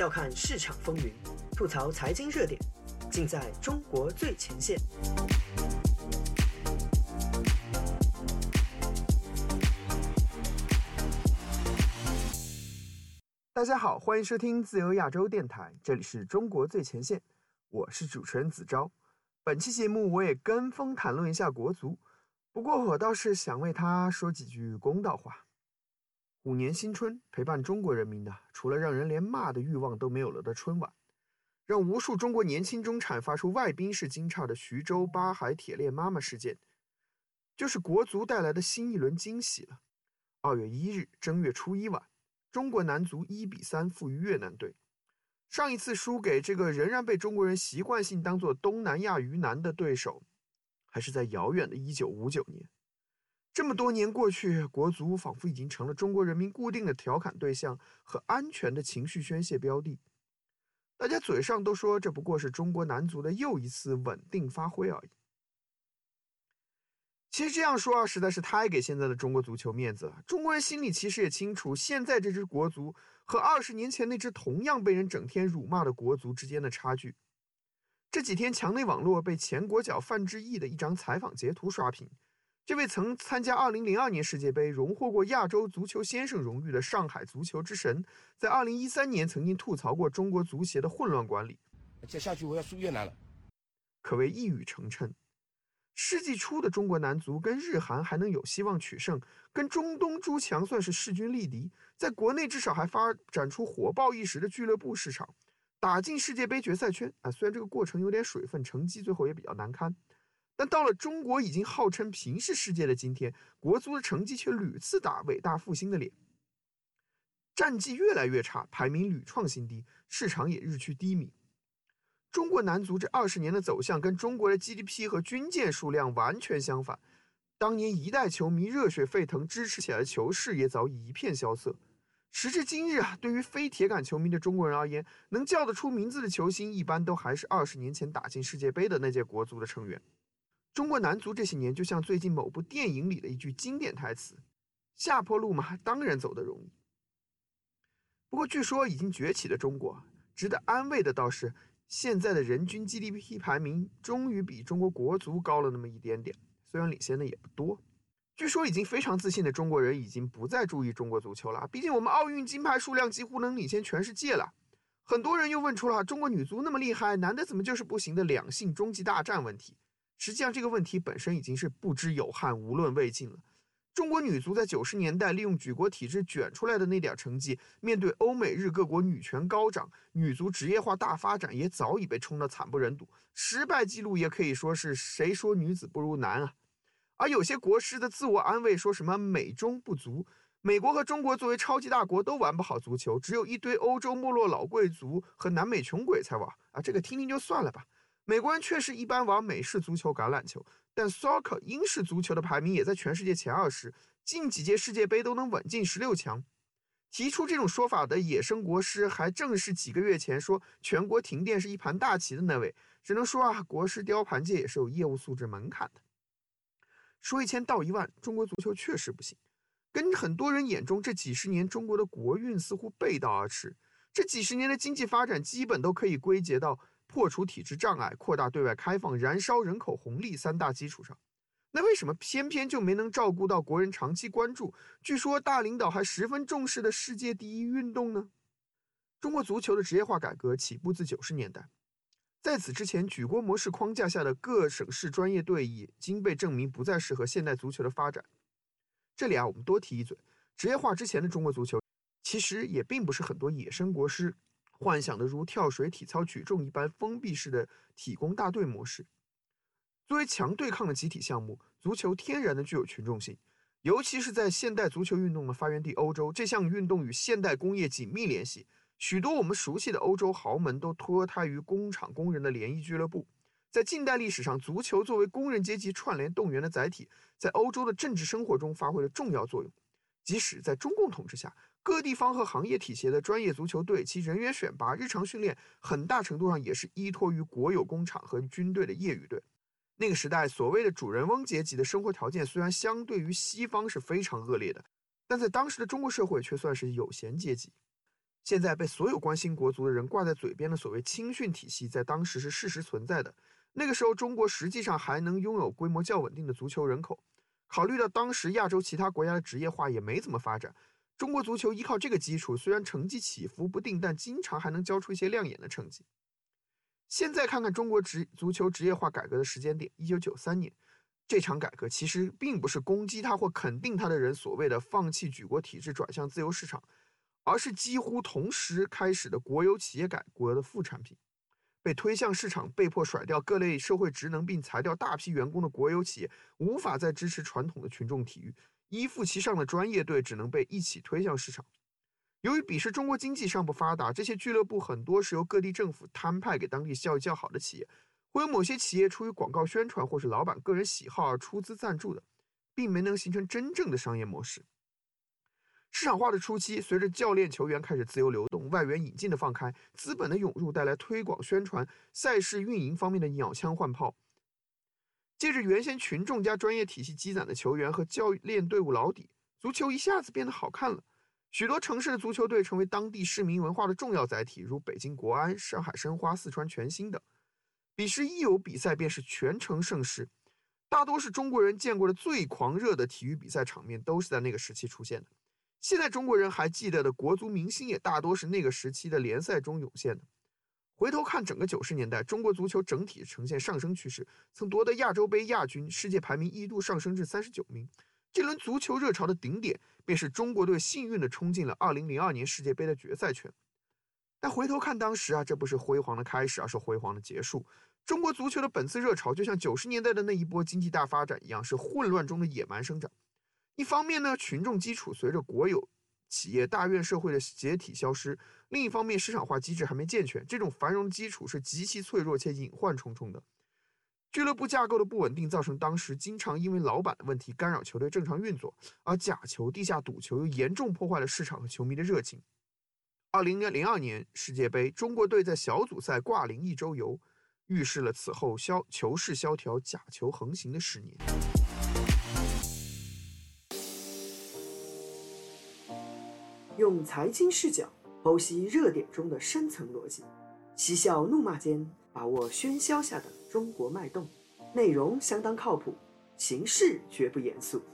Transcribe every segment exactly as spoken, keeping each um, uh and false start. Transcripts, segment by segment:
笑看市场风云，吐槽财经热点，尽在中国最前线。 大家好，欢迎收听自由亚洲电台，这里是中国最前线，我是主持人子昭。本期节目我也跟风谈论一下国足，不过我倒是想为他说几句公道话。虎年新春，陪伴中国人民的，除了让人连骂的欲望都没有了的春晚，让无数中国年轻中产发出外宾式惊诧的徐州八海铁链妈妈事件，就是国足带来的新一轮惊喜了。二月一日正月初一晚，中国男足一比三负于越南队。上一次输给这个仍然被中国人习惯性当作东南亚鱼腩的对手，还是在遥远的一九五九年。这么多年过去，国足仿佛已经成了中国人民固定的调侃对象和安全的情绪宣泄标的。大家嘴上都说这不过是中国男足的又一次稳定发挥而已。其实这样说啊，实在是太给现在的中国足球面子了。中国人心里其实也清楚，现在这支国足和二十年前那支同样被人整天辱骂的国足之间的差距。这几天墙内网络被前国脚范志毅的一张采访截图刷屏。这位曾参加二零零二年世界杯荣获过亚洲足球先生荣誉的上海足球之神，在二零一三年曾经吐槽过中国足协的混乱管理， 接下去我要输越南了， 可谓一语成谶。世纪初的中国男足跟日韩还能有希望取胜，跟中东诸强算是势均力敌，在国内至少还发展出火爆一时的俱乐部市场，打进世界杯决赛圈啊。虽然这个过程有点水分，成绩最后也比较难堪，但到了中国已经号称平视世界的今天，国足的成绩却屡次打伟大复兴的脸，战绩越来越差，排名屡创新低，市场也日趋低迷。中国男足这二十年的走向跟中国的 G D P 和军舰数量完全相反，当年一代球迷热血沸腾支持起来的球势也早已一片萧瑟。时至今日啊，对于非铁杆球迷的中国人而言，能叫得出名字的球星一般都还是二十年前打进世界杯的那届国足的成员。中国男足这些年就像最近某部电影里的一句经典台词，下坡路嘛，当然走得容易。不过据说已经崛起的中国，值得安慰的倒是现在的人均 G D P 排名终于比中国国足高了那么一点点，虽然领先的也不多。据说已经非常自信的中国人已经不再注意中国足球了，毕竟我们奥运金牌数量几乎能领先全世界了。很多人又问出了中国女足那么厉害，男的怎么就是不行的两性终极大战问题。实际上这个问题本身已经是不知有汉，无论魏晋了。中国女足在九十年代利用举国体制卷出来的那点成绩，面对欧美日各国女权高涨，女足职业化大发展，也早已被冲得惨不忍睹，失败记录也可以说是谁说女子不如男啊。而有些国师的自我安慰说什么美中不足，美国和中国作为超级大国都玩不好足球，只有一堆欧洲没落老贵族和南美穷鬼才玩啊，这个听听就算了吧。美国人确实一般玩美式足球、橄榄球，但 soccer 英式足球的排名也在全世界前二十，近几届世界杯都能稳进十六强。提出这种说法的野生国师，还正是几个月前说全国停电是一盘大棋的那位。只能说啊，国师雕盘界也是有业务素质门槛的。说一千道一万，中国足球确实不行。跟很多人眼中这几十年中国的国运似乎背道而驰，这几十年的经济发展基本都可以归结到破除体制障碍、扩大对外开放、燃烧人口红利三大基础上。那为什么偏偏就没能照顾到国人长期关注，据说大领导还十分重视的世界第一运动呢？中国足球的职业化改革起步自九十年代，在此之前，举国模式框架下的各省市专业队已经被证明不再适合现代足球的发展。这里啊，我们多提一嘴，职业化之前的中国足球其实也并不是很多野生国师幻想的如跳水、体操、举重一般封闭式的体工大队模式。作为强对抗的集体项目，足球天然的具有群众性，尤其是在现代足球运动的发源地欧洲，这项运动与现代工业紧密联系，许多我们熟悉的欧洲豪门都脱胎于工厂工人的联谊俱乐部。在近代历史上，足球作为工人阶级串联动员的载体，在欧洲的政治生活中发挥了重要作用。即使在中共统治下，各地方和行业体系的专业足球队，其人员选拔、日常训练很大程度上也是依托于国有工厂和军队的业余队。那个时代所谓的主人翁阶级的生活条件虽然相对于西方是非常恶劣的，但在当时的中国社会却算是有闲阶级。 现在被所有关心国足的人挂在嘴边的所谓青训体系，在当时是事实存在的。那个时候，中国实际上还能拥有规模较稳定的足球人口。考虑到当时亚洲其他国家的职业化也没怎么发展，中国足球依靠这个基础，虽然成绩起伏不定，但经常还能交出一些亮眼的成绩。现在看看中国职足球职业化改革的时间点，一九九三年，这场改革其实并不是攻击它或肯定它的人所谓的放弃举国体制转向自由市场，而是几乎同时开始的国有企业改革的副产品。被推向市场，被迫甩掉各类社会职能并裁掉大批员工的国有企业，无法再支持传统的群众体育，依附其上的专业队只能被一起推向市场。由于彼时中国经济尚不发达，这些俱乐部很多是由各地政府摊派给当地效益较好的企业，会有某些企业出于广告宣传或是老板个人喜好而出资赞助的，并没能形成真正的商业模式。市场化的初期，随着教练球员开始自由流动，外援引进的放开，资本的涌入带来推广宣传、赛事运营方面的鸟枪换炮。借着原先群众加专业体系积攒的球员和教练队伍老底，足球一下子变得好看了。许多城市的足球队成为当地市民文化的重要载体，如北京国安、上海申花、四川全兴等。彼时一有比赛便是全城盛世，大多是中国人见过的最狂热的体育比赛场面都是在那个时期出现的。现在中国人还记得的国足明星也大多是那个时期的联赛中涌现的。回头看整个九十年代，中国足球整体呈现上升趋势，曾夺得亚洲杯亚军，世界排名一度上升至三十九名。这轮足球热潮的顶点，便是中国队幸运地冲进了二零零二年世界杯的决赛圈。但回头看当时啊，这不是辉煌的开始，而是辉煌的结束。中国足球的本次热潮，就像九十年代的那一波经济大发展一样，是混乱中的野蛮生长。一方面呢，群众基础随着国有企业大院社会的解体消失；另一方面，市场化机制还没健全，这种繁荣的基础是极其脆弱且隐患重重的。俱乐部架构的不稳定，造成当时经常因为老板的问题干扰球队正常运作，而假球、地下赌球又严重破坏了市场和球迷的热情。二零零二年世界杯，中国队在小组赛挂零一周游，预示了此后萧球市萧条、假球横行的十年。 用财经视角剖析热点中的深层逻辑，嬉笑怒骂间把握喧嚣下的中国脉动，内容相当靠谱，形式绝不严肃。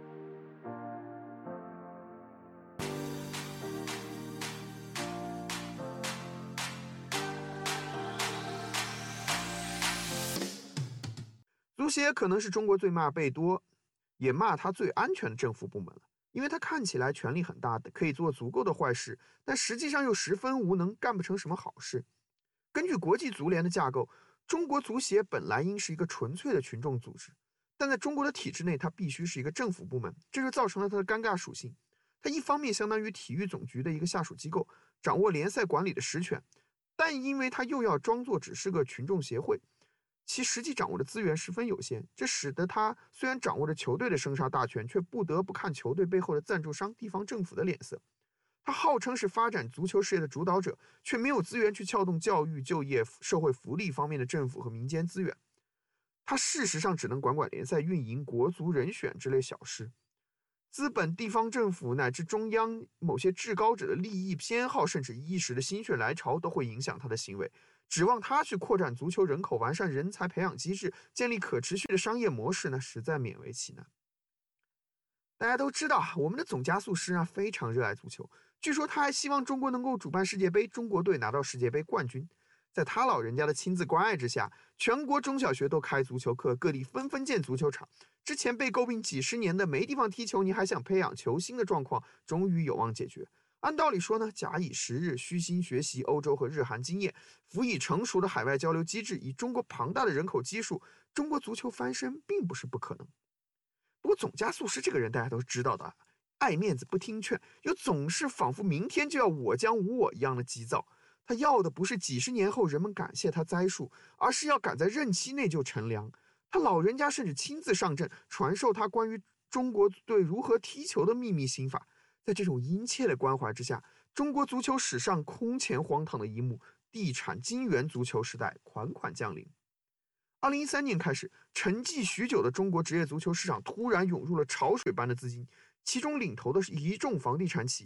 足协可能是中国最骂贝多，也骂他最安全的政府部门了。因为他看起来权力很大的，可以做足够的坏事，但实际上又十分无能，干不成什么好事。根据国际足联的架构，中国足协本来应是一个纯粹的群众组织，但在中国的体制内，它必须是一个政府部门，这就造成了它的尴尬属性。它一方面相当于体育总局的一个下属机构，掌握联赛管理的实权，但因为它又要装作只是个群众协会，其实际掌握的资源十分有限，这使得他虽然掌握着球队的生杀大权，却不得不看球队背后的赞助商地方政府的脸色。他号称是发展足球事业的主导者，却没有资源去撬动教育、就业、社会福利方面的政府和民间资源。他事实上只能管管联赛运营、国足人选之类小事。资本、地方政府乃至中央某些至高者的利益偏好，甚至一时的心血来潮，都会影响他的行为。指望他去扩展足球人口、完善人才培养机制、建立可持续的商业模式呢，实在勉为其难。大家都知道，我们的总加速师啊非常热爱足球，据说他还希望中国能够主办世界杯，中国队拿到世界杯冠军。在他老人家的亲自关爱之下，全国中小学都开足球课，各地纷纷建足球场。之前被诟病几十年的没地方踢球，你还想培养球星的状况，终于有望解决。按道理说呢，假以时日，虚心学习欧洲和日韩经验，辅以成熟的海外交流机制，以中国庞大的人口基数，中国足球翻身并不是不可能。不过总加速师这个人大家都知道的，爱面子不听劝，又总是仿佛明天就要我将无我一样的急躁。他要的不是几十年后人们感谢他栽树，而是要赶在任期内就乘凉。他老人家甚至亲自上阵，传授他关于中国队如何踢球的秘密心法。在这种殷切的关怀之下，中国足球史上空前荒唐的一幕——地产金元足球时代款款降临。二零一三年开始，沉寂许久的中国职业足球市场突然涌入了潮水般的资金，其中领头的是一众房地产企业。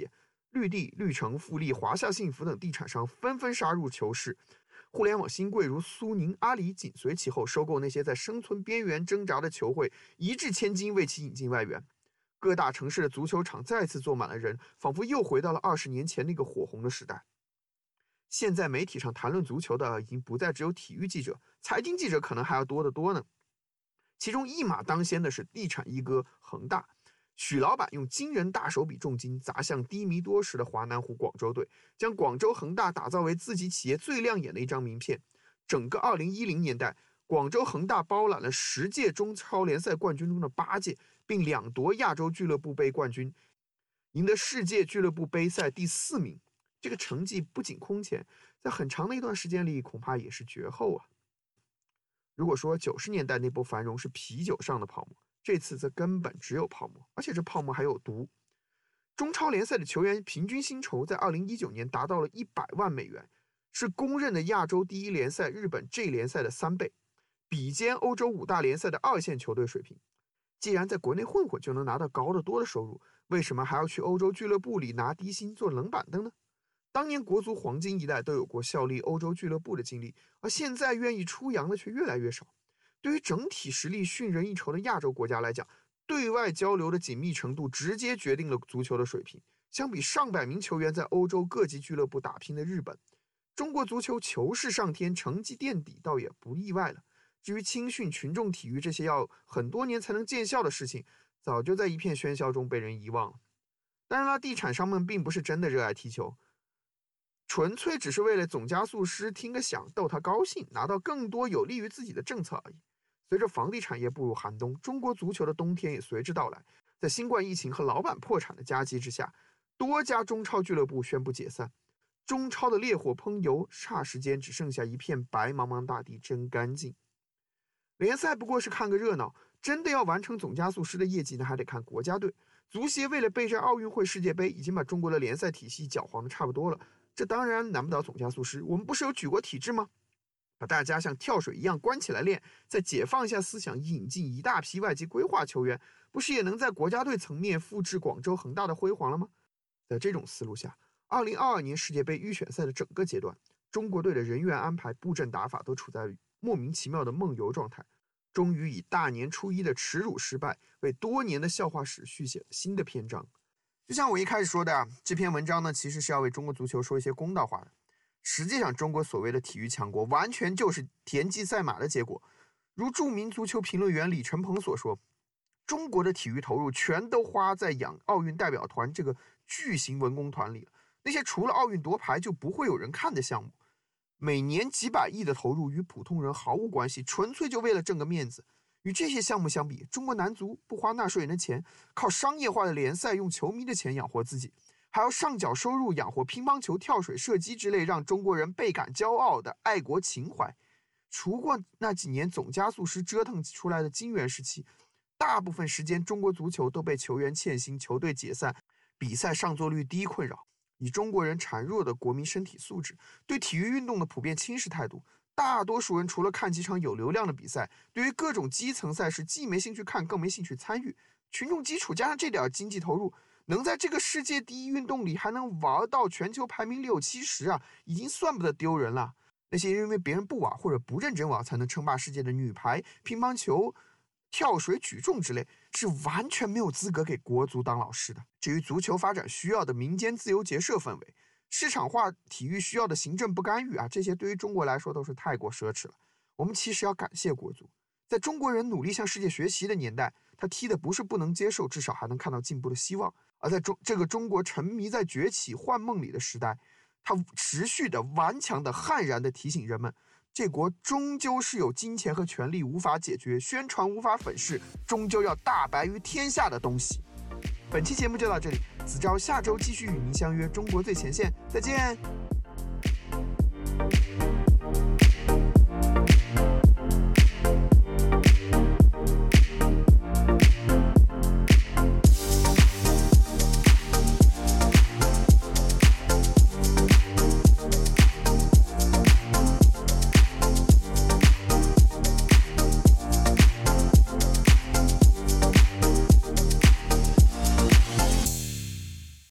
绿地、绿城、富力、华夏幸福等地产商纷纷杀入球市，互联网新贵如苏宁、阿里紧随其后，收购那些在生存边缘挣扎的球会，一掷千金为其引进外援。各大城市的足球场再次坐满了人，仿佛又回到了二十年前那个火红的时代。现在媒体上谈论足球的已经不再只有体育记者，财经记者可能还要多得多呢。其中一马当先的是地产一哥恒大，许老板用惊人大手笔重金砸向低迷多时的华南湖广州队，将广州恒大打造为自己企业最亮眼的一张名片。整个二零一零年代，广州恒大包揽了十届中超联赛冠军中的八届，并两夺亚洲俱乐部杯冠军，赢得世界俱乐部杯赛第四名。这个成绩不仅空前，在很长的一段时间里恐怕也是绝后啊。如果说九十年代那波繁荣是啤酒上的泡沫，这次则根本只有泡沫，而且这泡沫还有毒。中超联赛的球员平均薪酬在二零一九年达到了一百万美元，是公认的亚洲第一联赛日本 J 联赛的三倍，比肩欧洲五大联赛的二线球队水平。既然在国内混混就能拿到高得多的收入，为什么还要去欧洲俱乐部里拿低薪做冷板凳呢？当年国足黄金一代都有过效力欧洲俱乐部的经历，而现在愿意出洋的却越来越少。对于整体实力逊人一筹的亚洲国家来讲，对外交流的紧密程度直接决定了足球的水平。相比上百名球员在欧洲各级俱乐部打拼的日本，中国足球球势上天，成绩垫底倒也不意外了。至于青训、群众体育这些要很多年才能见效的事情，早就在一片喧嚣中被人遗忘了。当然了，地产商们并不是真的热爱踢球，纯粹只是为了总加速师听个响逗他高兴，拿到更多有利于自己的政策而已。随着房地产业步入寒冬，中国足球的冬天也随之到来。在新冠疫情和老板破产的夹击之下，多家中超俱乐部宣布解散，中超的烈火烹油，霎时间只剩下一片白茫茫大地，真干净。联赛不过是看个热闹，真的要完成总加速师的业绩呢，还得看国家队。足协为了备战奥运会、世界杯，已经把中国的联赛体系搅黄的差不多了，这当然难不倒总加速师。我们不是有举国体制吗？把大家像跳水一样关起来练，再解放一下思想，引进一大批外籍规划球员，不是也能在国家队层面复制广州恒大的辉煌了吗？在这种思路下，二零二二年世界杯预选赛的整个阶段，中国队的人员安排、布阵打法都处在莫名其妙的梦游状态，终于以大年初一的耻辱失败，为多年的笑话史续写了新的篇章。就像我一开始说的啊，这篇文章呢，其实是要为中国足球说一些公道话的。实际上，中国所谓的体育强国，完全就是田忌赛马的结果。如著名足球评论员李承鹏所说，中国的体育投入全都花在养奥运代表团这个巨型文工团里了。那些除了奥运夺牌就不会有人看的项目，每年几百亿的投入与普通人毫无关系，纯粹就为了挣个面子。与这些项目相比，中国男足不花纳税人的钱，靠商业化的联赛用球迷的钱养活自己，还要上缴收入养活乒乓球、跳水、射击之类让中国人倍感骄傲的爱国情怀。除过那几年总加速师折腾出来的金元时期，大部分时间中国足球都被球员欠薪、球队解散、比赛上座率低困扰。以中国人孱弱的国民身体素质，对体育运动的普遍轻视态度，大多数人除了看几场有流量的比赛，对于各种基层赛事既没兴趣看，更没兴趣参与。群众基础加上这点经济投入，能在这个世界第一运动里还能玩到全球排名六七十啊，已经算不得丢人了。那些因为别人不玩或者不认真玩才能称霸世界的女排、乒乓球、跳水、举重之类，是完全没有资格给国足当老师的。至于足球发展需要的民间自由结社氛围，市场化体育需要的行政不干预啊，这些对于中国来说都是太过奢侈了。我们其实要感谢国足，在中国人努力向世界学习的年代，他踢的不是不能接受，至少还能看到进步的希望。而在中这个中国沉迷在崛起幻梦里的时代，他持续的顽强的悍然的提醒人们，这国终究是有金钱和权力无法解决、宣传无法粉饰，终究要大白于天下的东西。本期节目就到这里，子昭下周继续与您相约中国最前线，再见。